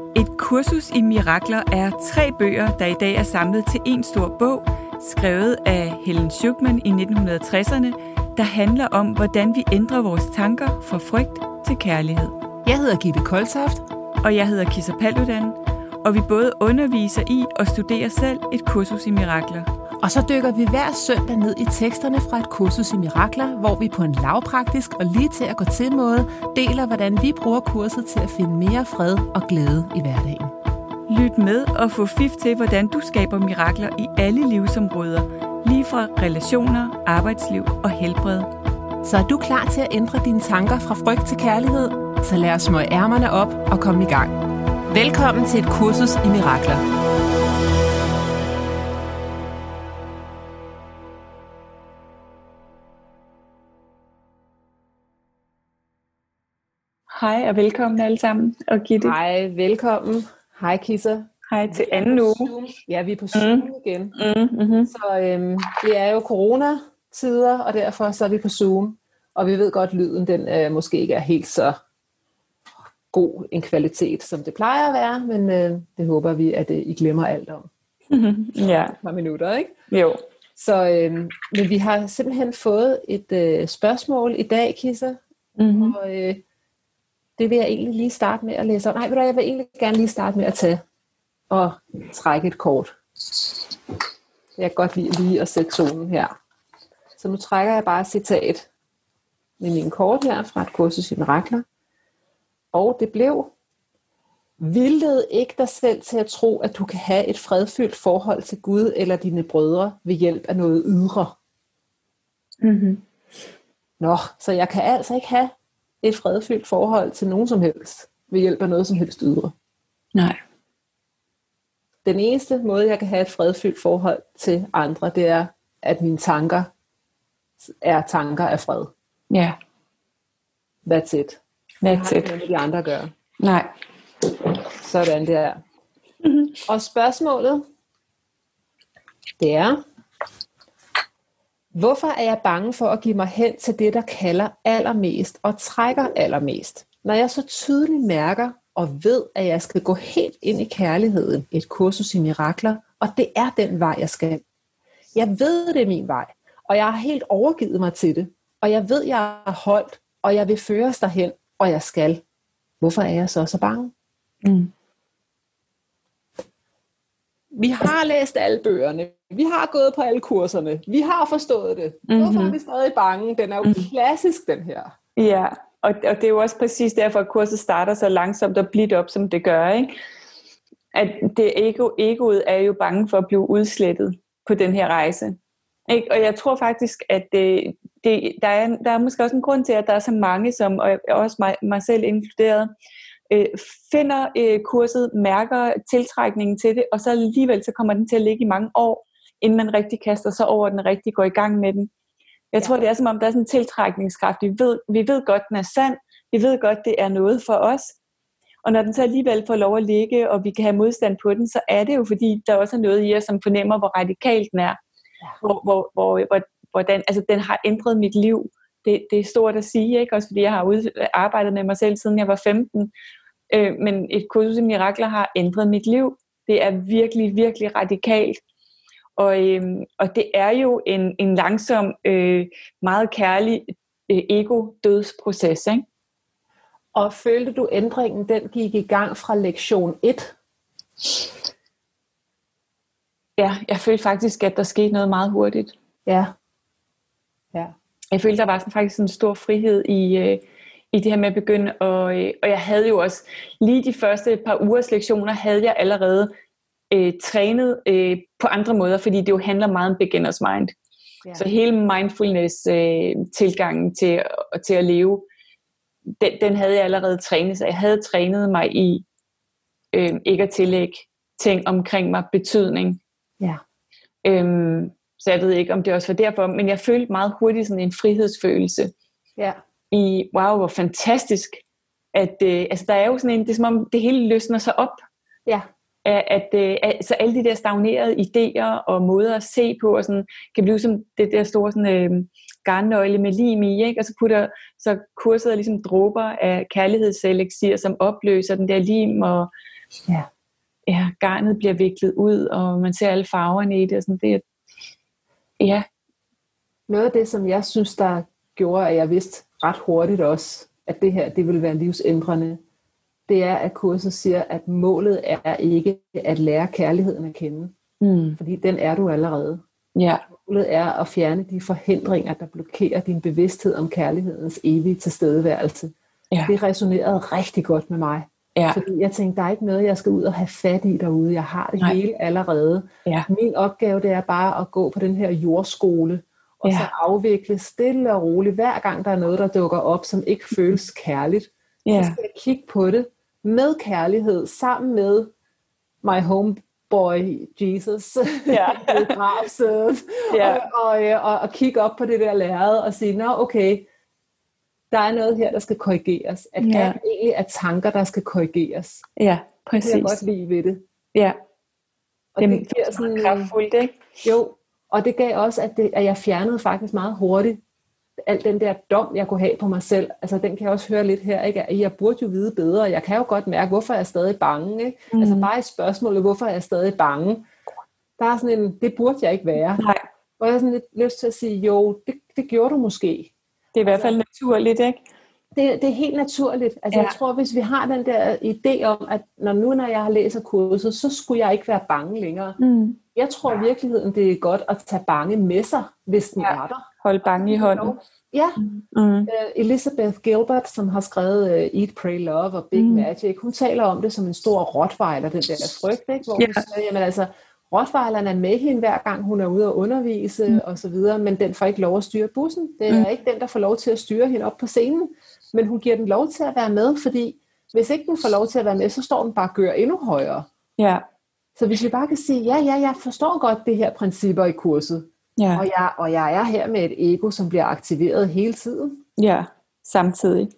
Et kursus i mirakler er 3 bøger, der i dag er samlet til en stor bog, skrevet af Helen Schucman i 1960'erne, der handler om, hvordan vi ændrer vores tanker fra frygt til kærlighed. Jeg hedder Gitte Koltoft. Og jeg hedder Kissa Paludan, og vi både underviser i og studerer selv et kursus i mirakler. Og så dykker vi hver søndag ned i teksterne fra et kursus i mirakler, hvor vi på en lavpraktisk og lige til at gå til måde deler, hvordan vi bruger kurset til at finde mere fred og glæde i hverdagen. Lyt med og få fif til, hvordan du skaber mirakler i alle livsområder, lige fra relationer, arbejdsliv og helbred. Så er du klar til at ændre dine tanker fra frygt til kærlighed? Så lad os smøge ærmerne op og komme i gang. Velkommen til et kursus i mirakler. Hej og velkommen alle sammen. Og Gitte. Hej, velkommen. Hej Kissa. Hej til anden uge. Ja, vi er på Zoom igen. Så det er jo coronatider, og derfor så er vi på Zoom. Og vi ved godt, at lyden den måske ikke er helt så god en kvalitet, som det plejer at være. Men det håber vi, at I glemmer alt om. Ja. Et par minutter, ikke? Jo. Så, men vi har simpelthen fået et spørgsmål i dag, Kissa. Og det vil jeg egentlig lige starte med at læse op. Nej, jeg vil egentlig gerne lige starte med at tage og trække et kort. Jeg kan godt lide lige at sætte tonen her. Så nu trækker jeg bare et citat med mine kort her fra et kursus i mirakler. Og det blev: vildled ikke dig selv til at tro, at du kan have et fredfyldt forhold til Gud eller dine brødre ved hjælp af noget ydre. Nå, så jeg kan altså ikke have et fredfyldt forhold til nogen som helst ved hjælp af noget som helst ydre. Nej. Den eneste måde, jeg kan have et fredfyldt forhold til andre, det er, at mine tanker er tanker af fred. Ja. That's it. That's it. Det har ikke de andre gør. Nej. Sådan det er. Og spørgsmålet, det er: hvorfor er jeg bange for at give mig hen til det, der kalder allermest og trækker allermest, når jeg så tydeligt mærker og ved, at jeg skal gå helt ind i kærligheden, et kursus i mirakler, og det er den vej, jeg skal. Jeg ved, det er min vej, og jeg har helt overgivet mig til det, og jeg ved, jeg er holdt, og jeg vil føres derhen, og jeg skal. Hvorfor er jeg så bange? Vi har læst alle bøgerne. Vi har gået på alle kurserne. Vi har forstået det. Hvorfor er vi stadig bange? Den er jo klassisk, den her. Ja, og det er jo også præcis derfor, at kurset starter så langsomt og blidt op, som det gør, ikke? At egoet er jo bange for at blive udslettet på den her rejse. Ikke? Og jeg tror faktisk, at der er måske også en grund til, at der er så mange, som, og også mig selv inkluderet, finder kurset, mærker tiltrækningen til det, og så alligevel så kommer den til at ligge i mange år, inden man rigtig kaster sig over den, rigtig går i gang med den. Jeg tror, det er som om, der er sådan en tiltrækningskraft. Vi ved godt, den er sand. Vi ved godt, det er noget for os. Og når den så alligevel får lov at ligge, og vi kan have modstand på den, så er det jo, fordi der også er noget i os, som fornemmer, hvor radikal den er. Hvordan, altså, den har ændret mit liv. Det er stort at sige, ikke? Også fordi jeg har arbejdet med mig selv, siden jeg var 15. Men et kursus i mirakler har ændret mit liv. Det er virkelig, virkelig radikalt. Og det er jo en langsom, meget kærlig ego-dødsproces, ikke? Og følte du ændringen, den gik i gang fra lektion 1? Ja, jeg følte faktisk, at der skete noget meget hurtigt. Ja. Jeg følte, der var faktisk en stor frihed i det her med at begynde, og jeg havde jo også, lige de første par ugers lektioner, havde jeg allerede trænet på andre måder, fordi det jo handler meget om beginners mind. Ja. Så hele mindfulness-tilgangen til at leve, den havde jeg allerede trænet, så jeg havde trænet mig i ikke at tillægge ting omkring mig betydning. Ja. Så jeg ved ikke, om det også var derfor, men jeg følte meget hurtigt sådan en frihedsfølelse. Ja. I, wow, hvor fantastisk, at altså der er jo sådan en, det er som om det hele løsner sig op. Ja. Så alle de der stagnerede idéer og måder at se på, og sådan, kan blive som det der store sådan, garnnøgle med lim i, ikke? Og så kurset ligesom dråber af kærlighedseleksir, som opløser den der lim, og Ja, garnet bliver viklet ud, og man ser alle farverne i det, og sådan det. Ja. Noget af det, som jeg synes, der gjorde, at jeg vidste ret hurtigt også, at det her, det ville være livsændrende, det er, at kurset siger, at målet er ikke at lære kærligheden at kende. Fordi den er du allerede. Ja. Målet er at fjerne de forhindringer, der blokerer din bevidsthed om kærlighedens evige tilstedeværelse. Ja. Det resonerede rigtig godt med mig. Ja. Fordi jeg tænkte, der er ikke noget, jeg skal ud og have fat i derude. Jeg har det hele allerede. Ja. Min opgave, det er bare at gå på den her jordskole, og så afvikle stille og roligt, hver gang der er noget, der dukker op, som ikke føles kærligt. Så skal jeg kigge på det med kærlighed, sammen med my homeboy Jesus, og kigge op på det der lærred og sige, nå okay, der er noget her, der skal korrigeres. At alt egentlig er tanker, der skal korrigeres. Ja, præcis. Det er jeg godt lide ved det. Ja. Og det giver sådan kraftfuldt, ikke? Jo, og det gav også, at jeg fjernede faktisk meget hurtigt al den der dom, jeg kunne have på mig selv. Altså den kan jeg også høre lidt her, ikke? Jeg burde jo vide bedre. Jeg kan jo godt mærke, hvorfor jeg er stadig bange, ikke? Altså bare i spørgsmålet, hvorfor jeg er stadig bange. Der er sådan en, det burde jeg ikke være. Nej. Og jeg har sådan lidt lyst til at sige, jo, det gjorde du måske. Det er i hvert fald naturligt, ikke? Det er helt naturligt. Altså jeg tror, hvis vi har den der idé om, at når jeg har læst kurset, så skulle jeg ikke være bange længere. Jeg tror i virkeligheden, det er godt at tage bange med sig, hvis den er der. Hold bange i hånden. Ja. Elizabeth Gilbert, som har skrevet Eat, Pray, Love og Big Magic, hun taler om det som en stor rottweiler, den der frygt, ikke? Hvor hun siger, jamen altså, rottweileren er med hende hver gang hun er ude at undervise og så videre, men den får ikke lov at styre bussen. Det er ikke den, der får lov til at styre hende op på scenen, men hun giver den lov til at være med, fordi hvis ikke den får lov til at være med, så står den bare og gør endnu højere. Ja. Så hvis vi bare kan sige, jeg forstår godt det her principper i kurset, og jeg er her med et ego, som bliver aktiveret hele tiden. Ja, samtidig.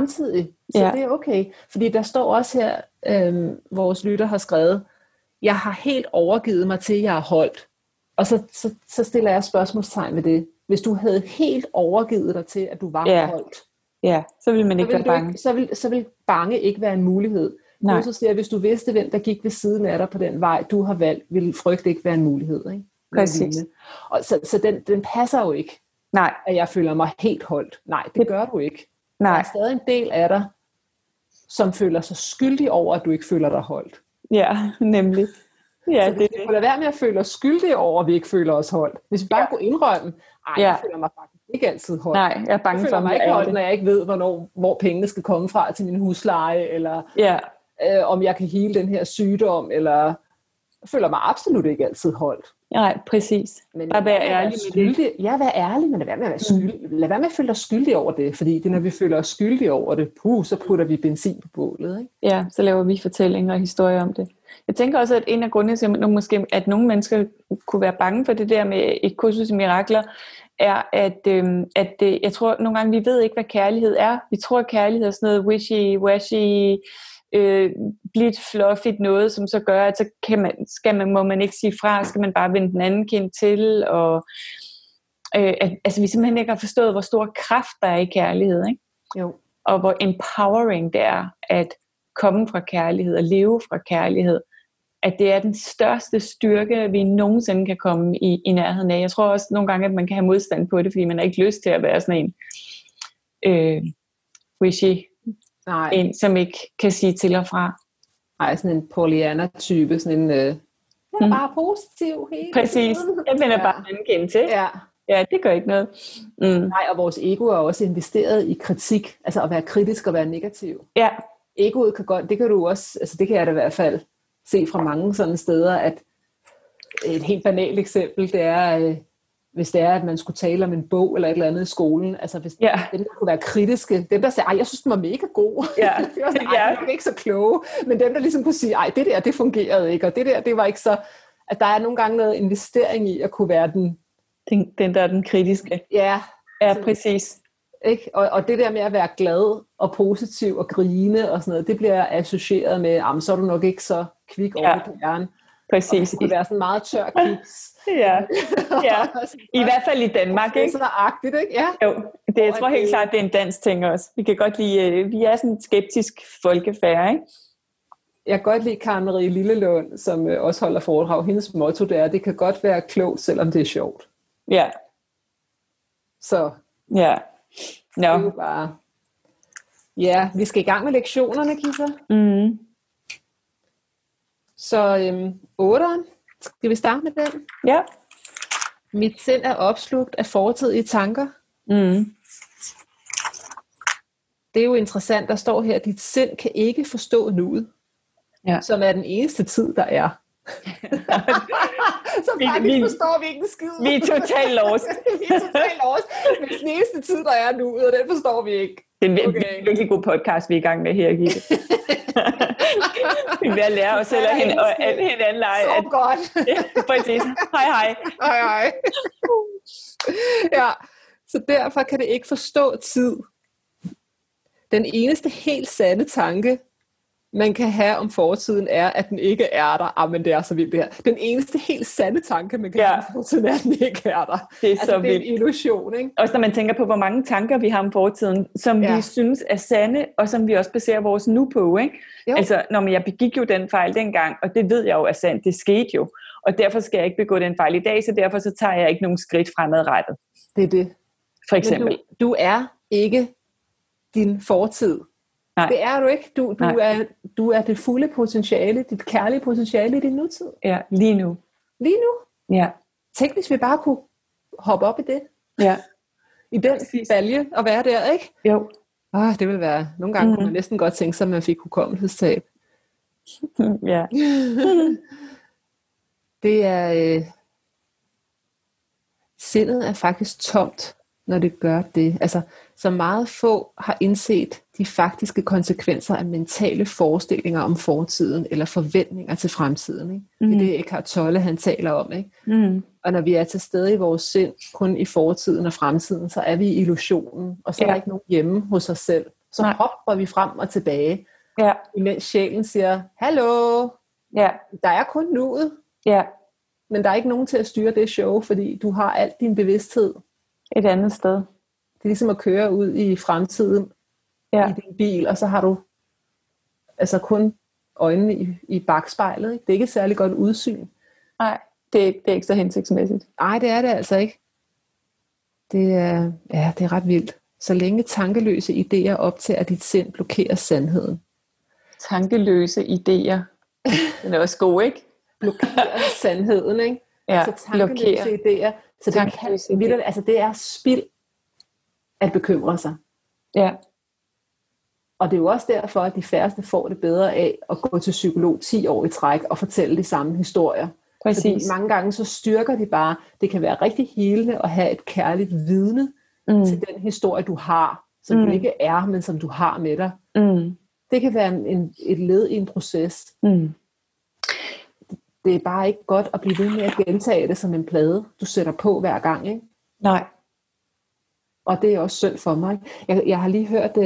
Så det er okay. Fordi der står også her, vores lytter har skrevet, jeg har helt overgivet mig til, jeg er holdt. Og så stiller jeg spørgsmålstegn ved det. Hvis du havde helt overgivet dig til, at du var holdt. Ja, så ville man ikke være bange. Så vil bange ikke være en mulighed. Og så siger jeg, hvis du vidste, hvem der gik ved siden af dig på den vej, du har valgt, ville frygt ikke være en mulighed. Ikke? Præcis. Og så den passer jo ikke, at jeg føler mig helt holdt. Nej, det gør du ikke. Der er stadig en del af dig, som føler sig skyldig over, at du ikke føler dig holdt. Ja, nemlig. Ja, så det kunne da være med at føle os skyldige over, at vi ikke føler os holdt. Hvis vi bare kunne indrømme, jeg føler mig faktisk ikke altid holdt. Nej, jeg er bange for, jeg føler mig ikke holdt, når jeg ikke ved, hvor pengene skal komme fra til min husleje, eller om jeg kan hele den her sygdom, eller jeg føler mig absolut ikke altid holdt. Nej, præcis. Men bare være ærlig med det. Ja, vær ærlig, men lad være med at være skyldig. Lad være med at føle dig skyldig over det, fordi det, når vi føler os skyldige over det, så putter vi benzin på bålet. Ikke? Ja, så laver vi fortællinger og historier om det. Jeg tænker også, at en af grundene til, måske, at nogle mennesker kunne være bange for det der med et kursus i mirakler, er, at jeg tror nogle gange, vi ved ikke, hvad kærlighed er. Vi tror, at kærlighed er sådan noget wishy-washy, blidt fluffigt noget, som så gør, at så må man ikke sige fra, skal man bare vende den anden kind til, og altså vi simpelthen ikke har forstået, hvor stor kraft der er i kærlighed, ikke? Jo. Og hvor empowering det er, at komme fra kærlighed og leve fra kærlighed, at det er den største styrke, vi nogensinde kan komme i nærheden af. Jeg tror også nogle gange, at man kan have modstand på det, fordi man har ikke lyst til at være sådan en wishy, en, som ikke kan sige til og fra. Nej, sådan en Pollyanna-type, sådan en, jeg er bare positiv hele Præcis, jeg vender bare en kendt til. Ja, det gør ikke noget. Nej, og vores ego er også investeret i kritik, altså at være kritisk og være negativ. Ja. Egoet kan godt, det kan du også, altså det kan jeg da i hvert fald se fra mange sådan steder, at et helt banalt eksempel, det er, hvis det er, at man skulle tale om en bog eller et eller andet i skolen, altså hvis dem, der kunne være kritiske, dem der siger, jeg synes den var mega god, det var ikke så kloge, men dem der ligesom kunne sige, det der, det fungerede ikke, og det der, det var ikke så, at der er nogle gange noget investering i at kunne være den der er den kritiske. Ja, præcis. Ikke? Og det der med at være glad og positiv og grine og sådan noget, det bliver associeret med, så er du nok ikke så kvik over på hjernen. Præcis. Det kunne være sådan meget tør kiks. Ja. I hvert fald i Danmark, ikke? Det er så agtigt, ikke? Ja. Jo, jeg tror helt klart, det er en dansk ting også. Vi kan godt lide, vi er sådan en skeptisk folkefærd, ikke? Jeg kan godt lide Karen Marie Lillelund, som også holder foredrag. Hendes motto det er, det kan godt være klogt, selvom det er sjovt. Ja. Så Ja. det er jo bare... Ja, vi skal i gang med lektionerne, Kisser. Mm. Så 8'eren, skal vi starte med den? Ja. Mit sind er opslugt af fortidige tanker. Mm. Det er jo interessant, der står her, at dit sind kan ikke forstå nuet, som er den eneste tid, der er. Så faktisk forstår vi ikke en skid. Vi er totalt lost. Vi er totalt lost. Men den eneste tid, der er nu, og den forstår vi ikke. Det er en virkelig god podcast, vi er i gang med her, Gitte. Vi er ved at lære os selv og hinanden lege. Så godt. Ja, præcis. Hej, hej. Hej, hej. Ja, så derfor kan det ikke forstå tid. Den eneste helt sande tanke, man kan have om fortiden, er, at den ikke er der. Men det er så vildt det her. Den eneste helt sande tanke, man kan have om fortiden, er, at den ikke er der. Det er så vildt. Det er en illusion, ikke? Også når man tænker på, hvor mange tanker vi har om fortiden, som vi synes er sande, og som vi også baserer vores nu på, ikke? Jo. Altså, når jeg begik jo den fejl dengang, og det ved jeg jo er sandt, det skete jo. Og derfor skal jeg ikke begå den fejl i dag, så derfor så tager jeg ikke nogen skridt fremadrettet. Det er det. For eksempel. Du er ikke din fortid. Nej. Det er du ikke. Du er det fulde potentiale, dit kærlige potentiale i din nutid. Ja, lige nu. Lige nu? Ja. Tænk, hvis vi bare kunne hoppe op i det. Ja. I den balje og være der, ikke? Jo. Det vil være. Nogle gange kunne man næsten godt tænke sig, at man fik hukommelsestab. Ja. Det er... sindet er faktisk tomt, når det gør det. Altså, så meget få har indset de faktiske konsekvenser af mentale forestillinger om fortiden, eller forventninger til fremtiden. Ikke? Det er det, Eckhart Tolle, han taler om. Ikke? Og når vi er til stede i vores sind, kun i fortiden og fremtiden, så er vi i illusionen, og så er der ikke nogen hjemme hos os selv. Så hopper vi frem og tilbage, imens sjælen siger, hallo, der er kun nuet, men der er ikke nogen til at styre det show, fordi du har alt din bevidsthed et andet sted. Det er ligesom at køre ud i fremtiden i din bil, og så har du altså kun øjnene i bakspejlet. Ikke? Det er ikke et særlig godt udsyn. Nej, det er ikke så hensigtsmæssigt. Nej, det er det altså ikke. Det er ret vildt. Så længe tankeløse idéer optager dit sind, blokerer sandheden. Tankeløse idéer. Den er også god, ikke? Blokerer sandheden, ikke? Ja, så tankeløse idéer. Så det, det er spild at bekymre sig. Ja. Og det er jo også derfor, at de færreste får det bedre af at gå til psykolog 10 år i træk og fortælle de samme historier. Præcis. Fordi mange gange så styrker de bare, det kan være rigtig helende at have et kærligt vidne til den historie, du har, som du ikke er, men som du har med dig. Det kan være et led i en proces. Det er bare ikke godt at blive ved med at gentage det som en plade, du sætter på hver gang, ikke? Nej. Og det er også synd for mig. Jeg har lige hørt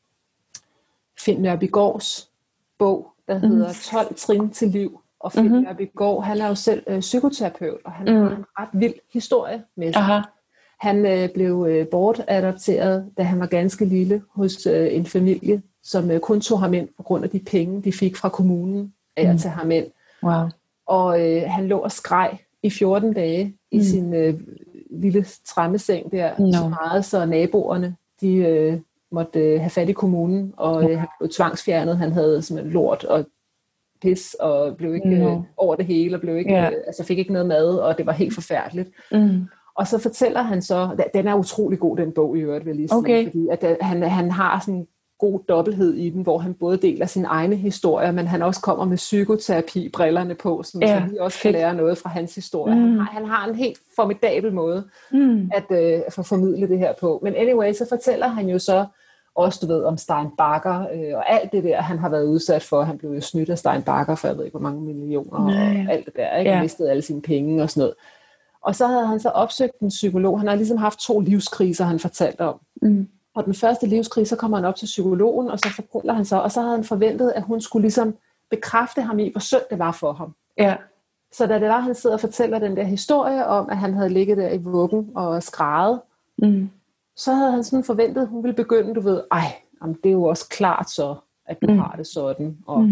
Finn Nørbegaards bog, der hedder 12 trin til liv. Og Finn Nørbegaard, han er jo selv psykoterapeut, og han har en ret vild historie med sig. Aha. Han blev bortadopteret, da han var ganske lille, hos en familie, som kun tog ham ind på grund af de penge, de fik fra kommunen af at tage ham ind. Wow. Og han lå og skreg i 14 dage i sin lille trammeseng der, så meget, så naboerne, de måtte have fat i kommunen, og han blev tvangsfjernet. Han havde simpelthen lort og pis, og blev ikke over det hele, og blev ikke, fik ikke noget mad, og det var helt forfærdeligt. Og så fortæller han så, den er utrolig god, den bog i øvrigt, vil jeg lige sige, fordi at han har sådan god dobbelthed i den, hvor han både deler sin egne historier, men han også kommer med psykoterapi-brillerne på, så vi også kan lære noget fra hans historie. Han har en helt formidabel måde at formidle det her på. Men anyway, så fortæller han jo så også, du ved, om Stein Bagger, og alt det der, han har været udsat for. Han blev jo snydt af Stein Bagger for, jeg ved ikke, hvor mange millioner, og alt det der, ikke? Han mistede alle sine penge og sådan noget. Og så havde han så opsøgt en psykolog. Han har ligesom haft 2 livskriser, han fortalte om. Og den første livskrise, så kommer han op til psykologen, og så fortæller han så, og så havde han forventet, at hun skulle ligesom bekræfte ham i, hvor synd det var for ham. Ja. Så da det var, han sidder og fortæller den der historie om, at han havde ligget der i vuggen og skrædet, så havde han sådan forventet, at hun ville begynde, du ved, det er jo også klart så, at du har det sådan, og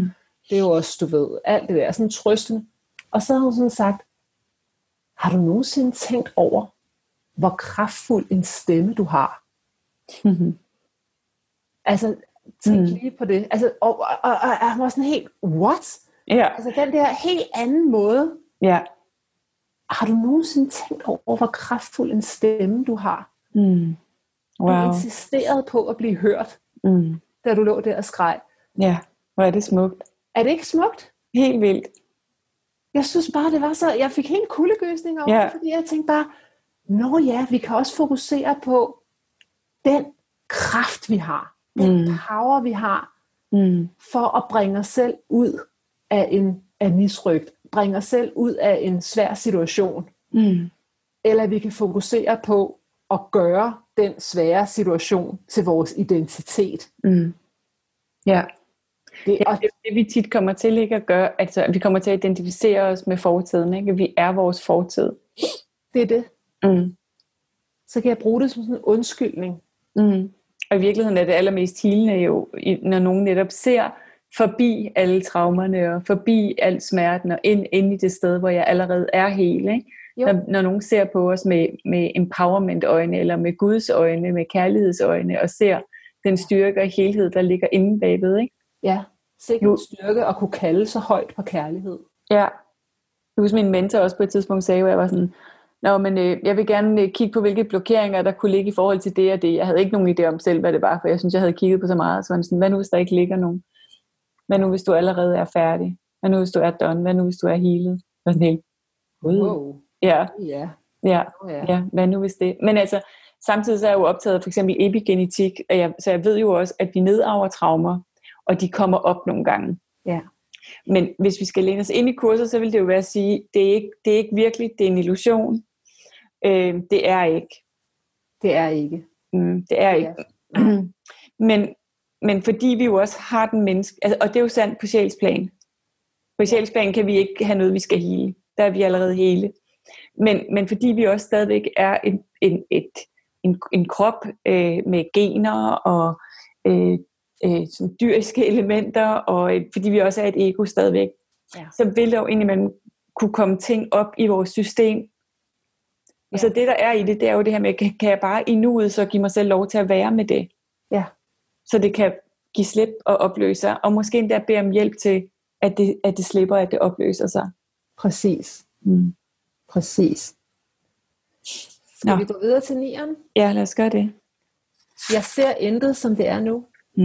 Det er jo også, du ved, alt det der, sådan trøsten. Og så har hun sådan sagt, har du nogensinde tænkt over, hvor kraftfuld en stemme du har? Mm-hmm. Altså, tænk lige på det. Altså, og han var sådan helt, what? Ja. Altså, den der helt anden måde. Ja. Har du nogensinde tænkt over, hvor kraftfuld en stemme du har? Mm. Wow. Du insisterede på at blive hørt, da du lå der og skreg. Ja, hvor er det smukt. Er det ikke smukt? Helt vildt. Jeg synes bare, det var så... Jeg fik helt kuldegysninger over det, fordi jeg tænkte bare, nå ja, vi kan også fokusere på den kraft, vi har. Den power, vi har, for at bringe os selv ud af misrygt. Bringe os selv ud af en svær situation. Eller vi kan fokusere på at gøre den svære situation til vores identitet. Ja. Det er det, vi tit kommer til ikke at gøre. Altså, vi kommer til at identificere os med fortiden. Ikke? Vi er vores fortid. Det er det. Så kan jeg bruge det som sådan en undskyldning. Og i virkeligheden er det allermest healende jo, når nogen netop ser forbi alle traumerne og forbi al smerten og ind i det sted, hvor jeg allerede er hel. Ikke? Når nogen ser på os med empowerment-øjne eller med Guds øjne, med kærlighedsøjne og ser den styrke og helhed, der ligger inde bagved. Ikke? Ja, sikkert styrke at kunne kalde så højt på kærlighed. Ja. Jeg husker min mentor også på et tidspunkt sagde, at jeg var sådan, jeg vil gerne kigge på, hvilke blokeringer der kunne ligge i forhold til det og det. Jeg havde ikke nogen idé om selv, hvad det var, for jeg synes, jeg havde kigget på så meget. Så var sådan, hvad nu, hvis der ikke ligger nogen? Hvad nu, hvis du allerede er færdig? Hvad nu, hvis du er done? Hvad nu, hvis du er healet? Sådan helt, wow. Ja, hvad nu, hvis det? Men altså, samtidig så er jeg jo optaget af for eksempel epigenetik, så jeg ved jo også, at vi nedarver traumer, og de kommer op nogle gange. Ja. Men hvis vi skal læne os ind i kurser, så vil det jo være at sige, det er ikke virkelig, det er en illusion. Det er ikke. Det er ikke. Det er ikke. Men fordi vi jo også har den menneske, altså, og det er jo sandt på sjælsplan. På sjælsplan kan vi ikke have noget, vi skal hele. Der er vi allerede hele. Men fordi vi også stadigvæk er en krop med gener og sådan dyriske elementer, og fordi vi også er et ego stadigvæk, så vil der jo indimellem kunne komme ting op i vores system. Og så det der er i det, det er jo det her med, kan jeg bare i nuet så give mig selv lov til at være med det? Ja. Så det kan give slip og opløse sig, og måske endda bede om hjælp til, at det slipper, at det opløser sig. Præcis. Præcis. Skal vi gå videre til 9'eren? Ja, lad os gøre det. Jeg ser intet, som det er nu.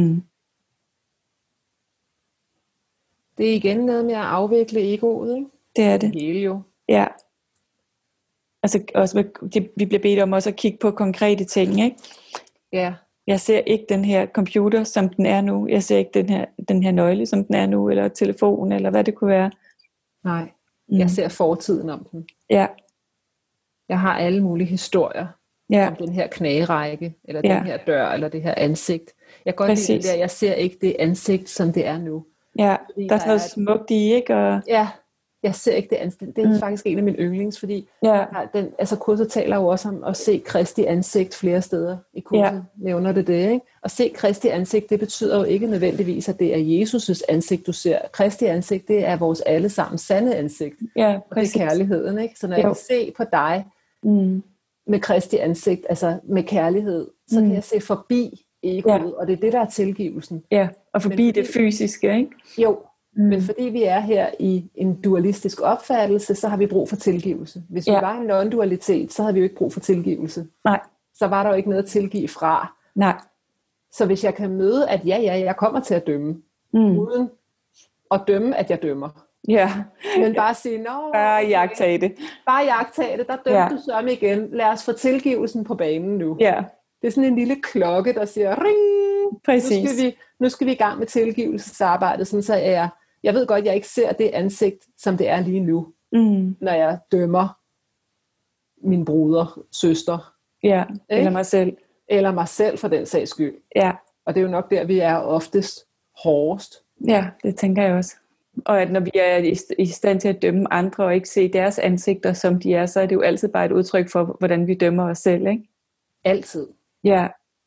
Det er igen noget med at afvikle egoet, ikke? Det er det. Hele jo. Ja. Altså også, vi bliver bedt om også at kigge på konkrete ting, ikke? Ja. Jeg ser ikke den her computer, som den er nu. Jeg ser ikke den her nøgle, som den er nu, eller telefon, eller hvad det kunne være. Nej. Jeg ser fortiden om den. Ja. Jeg har alle mulige historier om den her knagerække, eller den her dør, eller det her ansigt. Jeg kan godt lide det der, jeg ser ikke det ansigt, som det er nu. Ja, der er sådan noget smukt i, ikke? Og... Ja, jeg ser ikke det ansigt. Det er faktisk en af mine yndlings, fordi kurset taler jo også om at se Kristi ansigt flere steder i kurset. Nævner det, ikke? At se Kristi ansigt, det betyder jo ikke nødvendigvis, at det er Jesus' ansigt, du ser. Kristi ansigt, det er vores allesammens sande ansigt. Ja, og det er kærligheden, ikke? Så når jeg kan se på dig med Kristi ansigt, altså med kærlighed, så kan jeg se forbi egoet, og det er det, der er tilgivelsen. Ja, og forbi det fysiske, ikke? Jo. Men fordi vi er her i en dualistisk opfattelse, så har vi brug for tilgivelse. Hvis vi var en non-dualitet, så havde vi jo ikke brug for tilgivelse. Nej. Så var der jo ikke noget at tilgive fra. Nej. Så hvis jeg kan møde, at jeg kommer til at dømme, uden at dømme, at jeg dømmer. Ja. Men bare sige, bare jagtage det. Bare jagtage det, der dømte du så igen. Lad os få tilgivelsen på banen nu. Ja. Det er sådan en lille klokke, der siger, ring! Præcis. Nu skal vi i gang med tilgivelsesarbejdet, sådan så jeg ved godt, at jeg ikke ser det ansigt, som det er lige nu, når jeg dømmer min broder, søster. Ja, eller mig selv. Eller mig selv for den sags skyld. Ja. Og det er jo nok der, vi er oftest hårdest. Ja, det tænker jeg også. Og at når vi er i stand til at dømme andre og ikke se deres ansigter, som de er, så er det jo altid bare et udtryk for, hvordan vi dømmer os selv, ikke? Altid. Ja.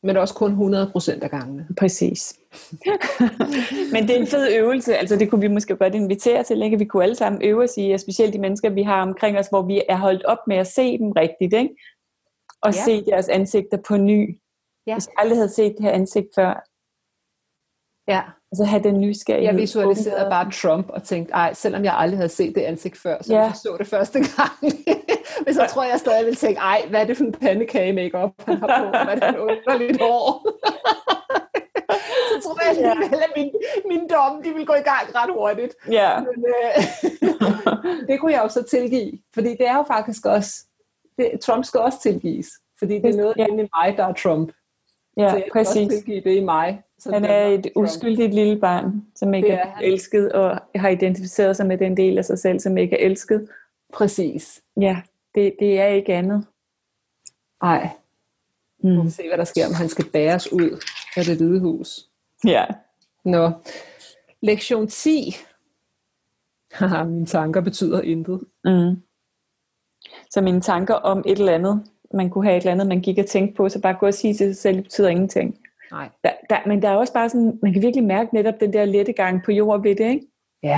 Men også kun 100% af gangene. Præcis. Men det er en fed øvelse, altså det kunne vi måske godt invitere til, ikke? Vi kunne alle sammen øve os i, og specielt de mennesker, vi har omkring os, hvor vi er holdt op med at se dem rigtigt, ikke? Og se deres ansigter på ny. Ja. Hvis jeg aldrig havde set det her ansigt før. Ja. Altså have den nysgerrighed. Jeg visualiserede bare Trump og tænkte, selvom jeg aldrig havde set det ansigt før, så jeg så det første gang. Men så tror jeg stadig ville tænke, hvad er det for en pandekage make-up, han har på? Hvad er det for en underligt hår? Så tror jeg alligevel, at mine domme, de vil gå i gang ret hurtigt. Ja. Men, det kunne jeg jo så tilgive, fordi det er jo faktisk også, Trump skal også tilgives, fordi det er noget inde i mig, der er Trump. Ja, så jeg præcis. kan også tilgive det i mig. Han er et uskyldigt lille barn, som ikke er elsket, og har identificeret sig med den del af sig selv, som ikke er elsket. Præcis. Ja, det er ikke andet. Nej. Vi må se, hvad der sker, om han skal bæres ud af Det Hvide Hus. Ja. Nå. Lektion 10. Mine tanker betyder intet. Så mine tanker om et eller andet, man kunne have et eller andet, man gik og tænkte på, så bare gå og sige til sig selv, det betyder ingenting. Nej. Men der er også bare sådan, man kan virkelig mærke netop den der lette gang på jord ved det, ikke? Ja.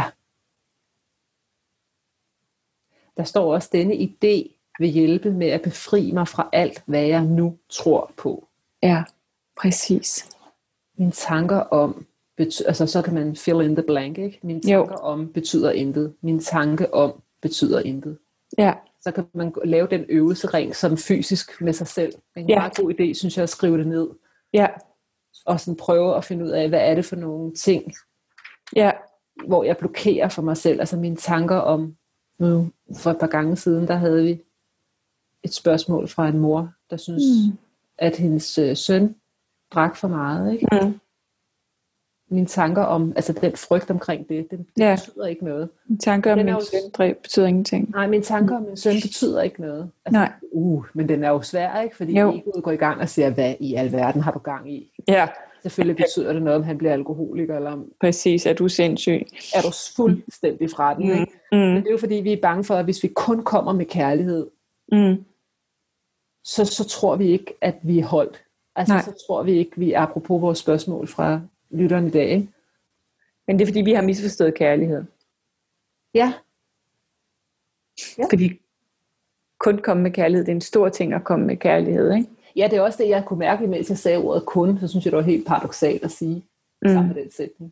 Der står også, denne idé vil hjælpe med at befri mig fra alt, hvad jeg nu tror på. Ja, præcis. Mine tanker om, altså så kan man fill in the blank, ikke? Mine tanker om betyder intet. Mine tanke om betyder intet. Ja. Så kan man lave den øvelsering som fysisk med sig selv. Det er en meget god idé, synes jeg, at skrive det ned. Ja. Og sådan prøve at finde ud af, hvad er det for nogle ting, hvor jeg blokerer for mig selv. Altså mine tanker om, for et par gange siden, der havde vi et spørgsmål fra en mor, der synes, at hendes søn drak for meget. Ikke? Mine tanker om, altså den frygt omkring det betyder ikke noget. Mine tanker om min søn betyder ingenting. Nej, mine tanker om min søn betyder ikke noget. Altså, nej. Men den er jo svær, ikke? Fordi egoet går i gang og siger, hvad i alverden har du gang i? Ja. Selvfølgelig betyder det noget, om han bliver alkoholiker, eller om... Præcis, er du sindssyg? Er du fuldstændig fra den, ikke? Men det er jo fordi, vi er bange for, at hvis vi kun kommer med kærlighed, så tror vi ikke, at vi er holdt. Altså, så tror vi ikke, vi er apropos vores spørgsmål fra lytteren i dag, ikke? Men det er fordi, vi har misforstået kærlighed. Ja. Fordi kun komme med kærlighed, det er en stor ting at komme med kærlighed, ikke? Ja, det er også det, jeg kunne mærke, mens jeg sagde ordet kun, så synes jeg, det var helt paradoksalt at sige sammen med den sætning.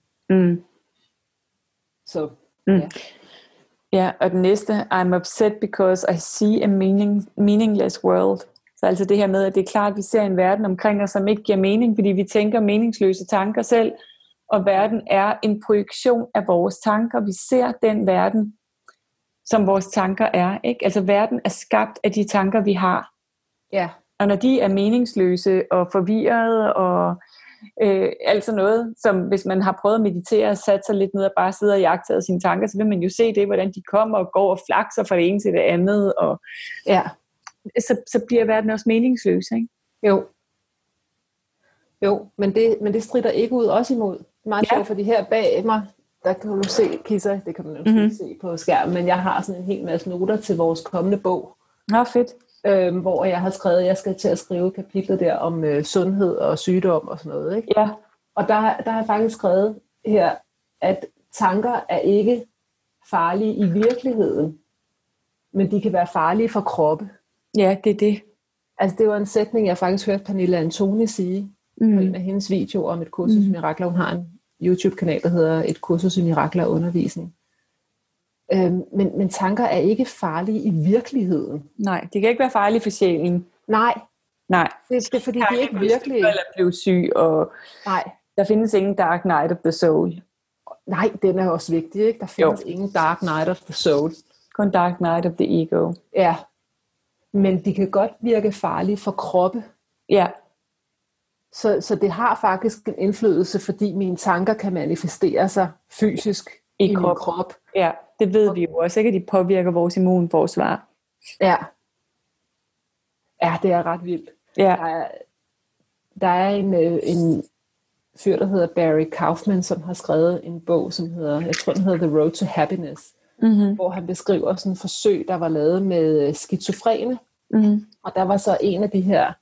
Så, ja, og den næste, I'm upset because I see a meaningless world. Så altså det her med, at det er klart, at vi ser en verden omkring os, som ikke giver mening, fordi vi tænker meningsløse tanker selv, og verden er en projektion af vores tanker. Vi ser den verden, som vores tanker er, ikke? Altså verden er skabt af de tanker, vi har. Ja. Og når de er meningsløse og forvirrede og alt sådan noget, som hvis man har prøvet at meditere og sat sig lidt ned og bare sidde og jagte sine tanker, så vil man jo se det, hvordan de kommer og går og flakser fra det ene til det andet. Og så bliver verden også meningsløs, ikke? Jo, men det strider ikke ud også imod. Det er meget sjovt, fordi her bag mig, der kan du se, Kisser, det kan man jo se på skærmen, men jeg har sådan en hel masse noter til vores kommende bog. Fedt. Hvor jeg har skrevet, at jeg skal til at skrive kapitlet der om sundhed og sygdom og sådan noget. Ikke? Ja. Og der har jeg faktisk skrevet her, at tanker er ikke farlige i virkeligheden, men de kan være farlige for kroppe. Ja, det er det. Altså det var en sætning, jeg faktisk hørte Pernille Antoni sige på en af hendes videoer om et kursus i mirakler. Hun har en YouTube-kanal, der hedder Et kursus i mirakler og undervisning. Men tanker er ikke farlige i virkeligheden. Nej, de kan ikke være farlige for sjælen. Nej. Det er fordi, de er ikke virkelige. Eller blive syg, og der findes ingen dark night of the soul. Nej, den er også vigtig, ikke? Der findes ingen dark night of the soul. Kun dark night of the ego. Ja. Men de kan godt virke farlige for kroppe. Ja. Så det har faktisk en indflydelse, fordi mine tanker kan manifestere sig fysisk i min krop. Ja, det ved vi jo også, ikke? At de påvirker vores immunforsvar. Ja. Ja, det er ret vildt. Ja. Der er en fyr, der hedder Barry Kaufman, som har skrevet en bog, som hedder, jeg tror den hedder The Road to Happiness, hvor han beskriver sådan et forsøg, der var lavet med skizofrene. Og der var så en af de her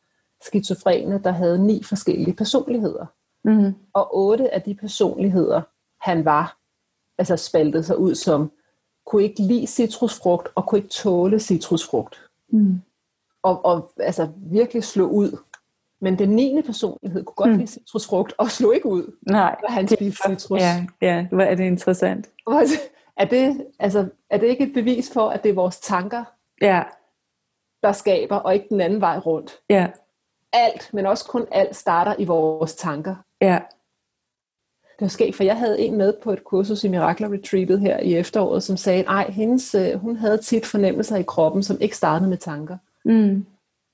skizofrene, der havde 9 forskellige personligheder. Mm. Og 8 af de personligheder, han var, altså spaltede sig ud som, kunne ikke lide citrusfrugt, og kunne ikke tåle citrusfrugt. Mm. Og altså virkelig slå ud. Men den 9. personlighed kunne godt lide citrusfrugt, og slog ikke ud, Nej. når han spiste citrus. Ja, hvor er det interessant. Er det ikke et bevis for, at det er vores tanker, Ja. der skaber, og ikke den anden vej rundt? Ja. Alt, men også kun alt, starter i vores tanker. Ja. Det var skægt, for jeg havde en med på et kursus i Mirakler Retreatet her i efteråret, som sagde, at hun havde tit fornemmelser i kroppen, som ikke startede med tanker. Mm.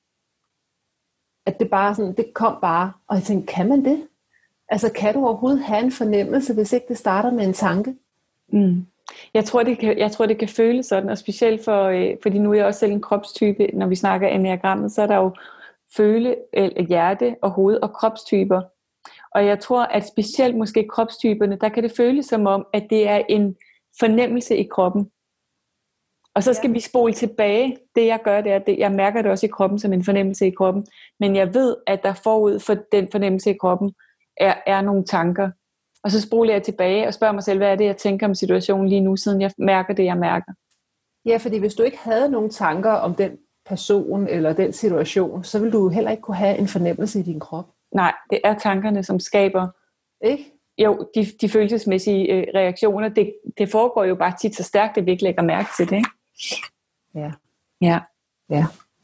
At det bare sådan, det kom bare, og jeg tænkte, kan man det? Altså, kan du overhovedet have en fornemmelse, hvis ikke det starter med en tanke? Mm. Jeg tror, det kan føles sådan, og specielt fordi nu er jeg også selv en kropstype, når vi snakker enneagrammet, så er der jo hjerte og hoved og kropstyper. Og jeg tror, at specielt måske kropstyperne, der kan det føles som om, at det er en fornemmelse i kroppen. Og så skal vi spole tilbage. Det jeg gør, det er, at jeg mærker det også i kroppen som en fornemmelse i kroppen. Men jeg ved, at der forud for den fornemmelse i kroppen er nogle tanker. Og så spoler jeg tilbage og spørger mig selv, hvad er det, jeg tænker om situationen lige nu, siden jeg mærker det, jeg mærker. Ja, fordi hvis du ikke havde nogen tanker om den person eller den situation, så ville du heller ikke kunne have en fornemmelse i din krop. Nej, det er tankerne, som skaber ikke? Jo, de følelsesmæssige reaktioner. Det foregår jo bare tit så stærkt, at vi ikke lægger mærke til det, ikke? Ja. Ja. Ja.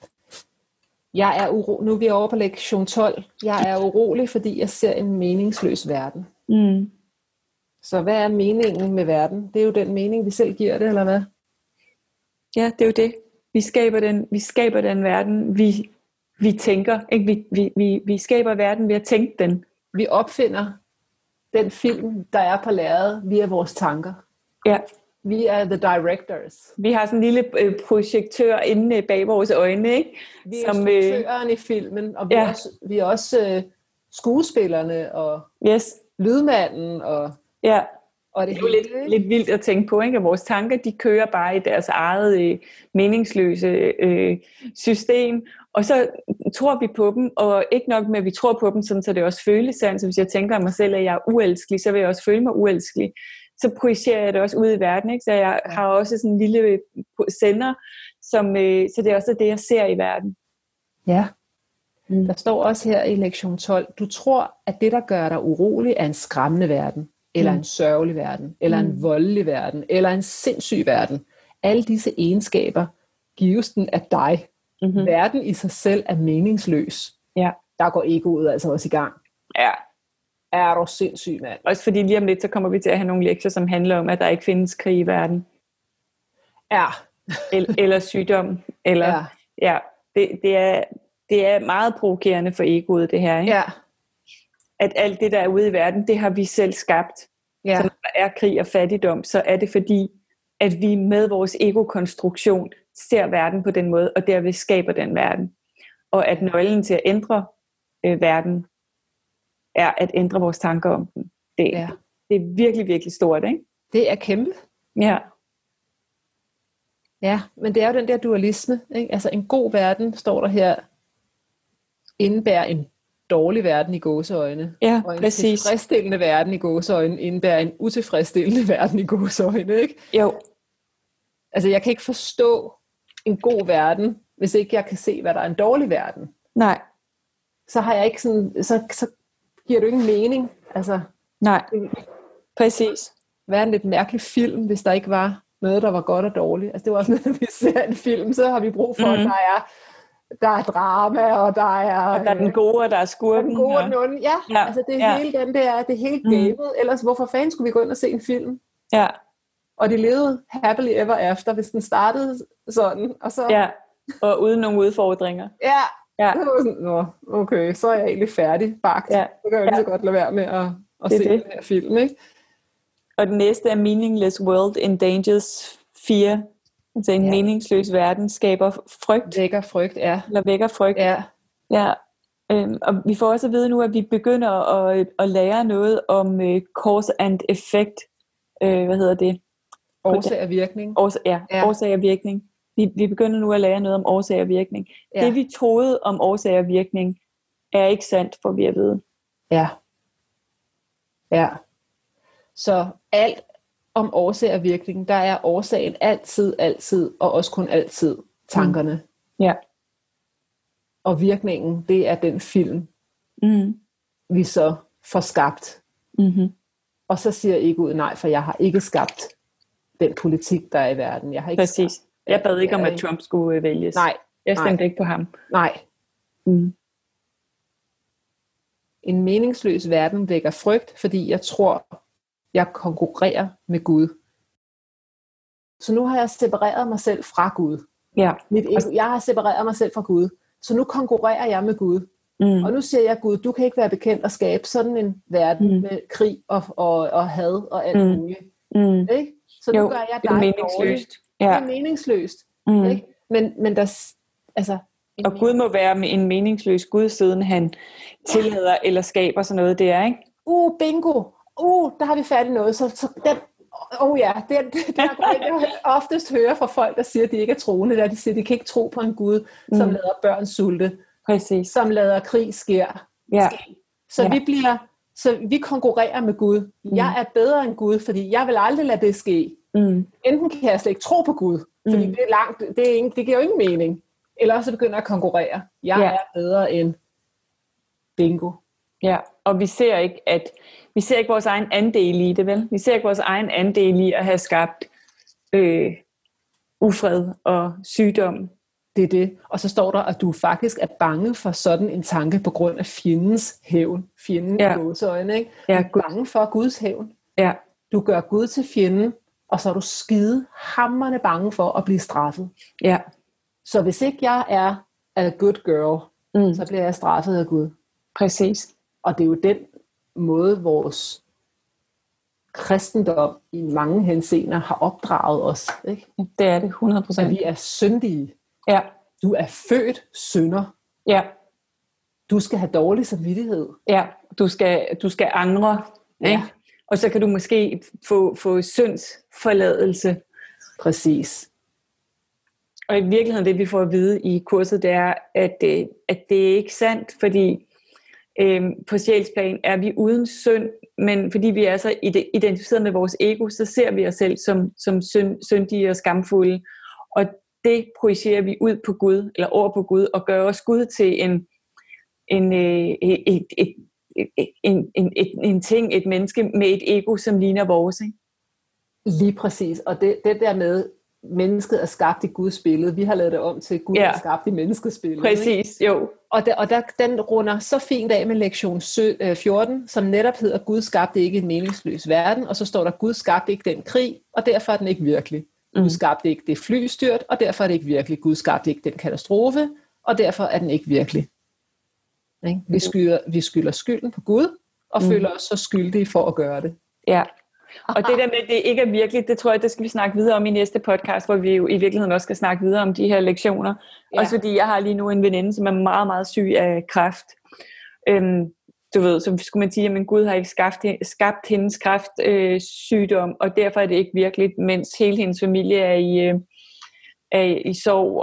Jeg er nu er vi over på lektion 12. Jeg er urolig, fordi jeg ser en meningsløs verden. Mm. Så hvad er meningen med verden? Det er jo den mening, vi selv giver det, eller hvad? Ja, det er jo det. Vi skaber den verden, vi tænker. Ikke? Vi skaber verden ved at tænke den. Vi opfinder den film, der er på lærredet, via vores tanker. Ja. Vi er the directors. Vi har sådan en lille projektør inde bag vores øjne, ikke? Vi er instruktøren i filmen, og vi er også skuespillerne, og lydmanden, og... Ja. Og det er jo lidt vildt at tænke på, ikke? At vores tanker, de kører bare i deres eget meningsløse system, og så tror vi på dem, og ikke nok med, at vi tror på dem, sådan, så det også føles sandt. Så hvis jeg tænker mig selv, at jeg er uelskelig, så vil jeg også føle mig uelskelig. Så projicerer jeg det også ud i verden, ikke? Så jeg har også sådan en lille sender, så det er også det, jeg ser i verden. Ja. Der står også her i lektion 12, du tror, at det, der gør dig urolig, er en skræmmende verden, eller en sørgelig verden, eller en voldelig verden, eller en sindssyg verden. Alle disse egenskaber gives den af dig. Mm-hmm. Verden i sig selv er meningsløs. Ja. Der går egoet altså også i gang. Ja. Er du sindssyg, mand? Også fordi lige om lidt, så kommer vi til at have nogle lektier, som handler om, at der ikke findes krig i verden. Ja. eller sygdom. Eller, ja. Det er meget provokerende for egoet, det her, ikke? Ja. At alt det, der er ude i verden, det har vi selv skabt. Ja. Så når der er krig og fattigdom, så er det fordi, at vi med vores egokonstruktion ser verden på den måde, og derved skaber den verden. Og at nøglen til at ændre verden, er at ændre vores tanker om den. Det er virkelig, virkelig stort, ikke? Det er kæmpe. Ja. Ja, men det er jo den der dualisme, ikke? Altså en god verden, står der her, indebærer en dårlig verden i gåseøjne. Ja, og en præcis. tilfredsstillende verden i gåseøjne indebærer en utilfredsstillende verden i gåseøjne, ikke? Jo. Altså jeg kan ikke forstå en god verden, hvis ikke jeg kan se, hvad der er en dårlig verden. Nej. Så har jeg ikke sådan, så giver det jo ingen mening. Altså, nej, præcis. Hvad er en lidt mærkelig film, hvis der ikke var noget, der var godt og dårligt. Altså det var også noget, når vi ser en film, så har vi brug for, at der er drama, og der er den gode, og der er skurken. Den gode og den onde. Ja, altså det er hele den der, det er hele gamet. Ellers hvorfor fanden skulle vi gå ind og se en film? Ja. Og de levede happily ever after, hvis den startede sådan. Og så... Ja, og uden nogle udfordringer. Ja. Det var sådan, okay, så er jeg egentlig færdig bagt. Ja. Så kan jeg lige så godt lade være med at se den her film, ikke? Og den næste er Meaningless World Endangers Fear. Altså en meningsløs verden skaber frygt. Vækker frygt, ja. Eller vækker frygt. Ja. Ja. Og vi får også at vide nu, at vi begynder at lære noget om cause and effect. Hvad hedder det? Årsag og virkning. Årsag og virkning. Vi begynder nu at lære noget om årsag og virkning. Ja. Det vi troede om årsag og virkning, er ikke sandt, for vi at vide. Ja. Ja. Så alt om årsag og virkning, der er årsagen altid, og også kun altid tankerne. Ja. Og virkningen, det er den film, vi så får skabt. Mm-hmm. Og så siger egoet nej, for jeg har ikke skabt den politik, der er i verden. Jeg har ikke Præcis. skabt, jeg bad ikke om, at Trump skulle vælges. Nej. Jeg stemte ikke på ham. Nej. En meningsløs verden vækker frygt, fordi jeg tror, jeg konkurrerer med Gud. Så nu har jeg separeret mig selv fra Gud. Ja. Jeg har separeret mig selv fra Gud. Så nu konkurrerer jeg med Gud. Og nu siger jeg, Gud, du kan ikke være bekendt at skabe sådan en verden med krig og had og alt muligt. Ikke? Så nu gør jeg dig meningsløst. Ja. Det er meningsløst. Ikke? Men der, altså... Og Gud må være med en meningsløs Gud, siden han tillader eller skaber sådan noget der, ikke? Bingo! Der har vi fat i noget. Så den... det er jeg oftest hører fra folk, der siger, at de ikke er troende. Der de siger, at de kan ikke tro på en Gud, som lader børn sulte. Præcis. Som lader krig ske. Ja. Så vi konkurrerer med Gud. Jeg er bedre end Gud, fordi jeg vil aldrig lade det ske. Enten kan jeg slet ikke tro på Gud, fordi det er langt, det giver jo ingen mening. Eller også begynder at konkurrere. Jeg er bedre end bingo. Ja, og vi ser ikke vores egen andel i det, vel? Vi ser ikke vores egen andel i at have skabt ufred og sygdom. Det er det. Og så står der, at du faktisk er bange for sådan en tanke på grund af fjendens hævn. Fjenden i gåseøjne, ikke? Du er bange for Guds hævn. Ja. Du gør Gud til fjenden, og så er du skide hamrende bange for at blive straffet. Ja. Så hvis ikke jeg er a good girl, så bliver jeg straffet af Gud. Præcis. Og det er jo den måde, vores kristendom i mange henseender har opdraget os. Ikke? Det er det, 100%. At vi er syndige. Ja. Du er født synder. Ja. Du skal have dårlig samvittighed. Ja, du skal angre. Ja. Ikke? Og så kan du måske få syndsforladelse. Præcis. Og i virkeligheden, det vi får at vide i kurset, det er, at det er ikke sandt, fordi på sjælsplan er vi uden synd, men fordi vi er så identificeret med vores ego, så ser vi os selv som syndige og skamfulde. Og det projicerer vi ud på Gud, eller over på Gud, og gør os Gud til en ting, et menneske med et ego, som ligner vores. Ikke? Lige præcis. Og det der med, mennesket er skabt i Guds billede. Vi har lavet det om til, Gud er skabt i menneskets billede. Præcis, ikke? jo. Og den runder så fint af med lektion 14, som netop hedder, Gud skabte ikke en meningsløs verden, og så står der, Gud skabte ikke den krig, og derfor er den ikke virkelig. Gud skabte ikke det flystyrt, og derfor er det ikke virkelig. Gud skabte ikke den katastrofe, og derfor er den ikke virkelig. Ikke? Vi skylder skylden på Gud, og føler os så skyldige for at gøre det. Ja. Og det der med, at det ikke er virkeligt, det tror jeg, det skal vi snakke videre om i næste podcast, hvor vi jo i virkeligheden også skal snakke videre om de her lektioner. Ja. Også fordi jeg har lige nu en veninde, som er meget, meget syg af kræft. Du ved, så skulle man sige, at Gud har ikke skabt hendes kræftsygdom, og derfor er det ikke virkeligt, mens hele hendes familie er i sorg,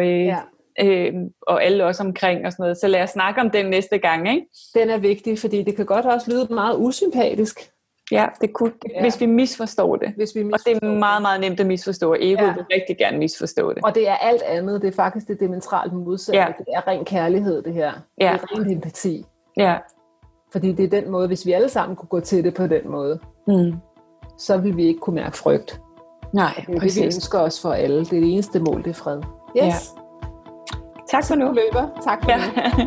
og alle også omkring og sådan noget. Så lad os snakke om den næste gang, ikke? Den er vigtig, fordi det kan godt også lyde meget usympatisk. Ja, det kunne, hvis vi misforstår det. Og det er meget, meget nemt at misforstå. Egoet vil rigtig gerne misforstå det. Og det er alt andet. Det er faktisk det diametralt modsatte. Ja. Det er ren kærlighed, det her. Det er ren empati. Ja. Fordi det er den måde, hvis vi alle sammen kunne gå til det på den måde, så vil vi ikke kunne mærke frygt. Nej, det er det, vi ønsker os for alle. Det er det eneste mål, det er fred. Yes. Ja. Tak for nu. Tak for nu.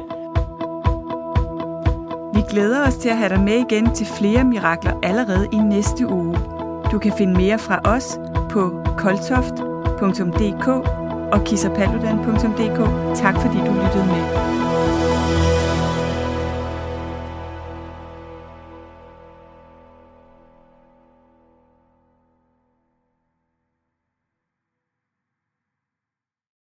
Vi glæder os til at have dig med igen til flere mirakler allerede i næste uge. Du kan finde mere fra os på koltoft.dk og kissapaludan.dk. Tak fordi du lyttede med.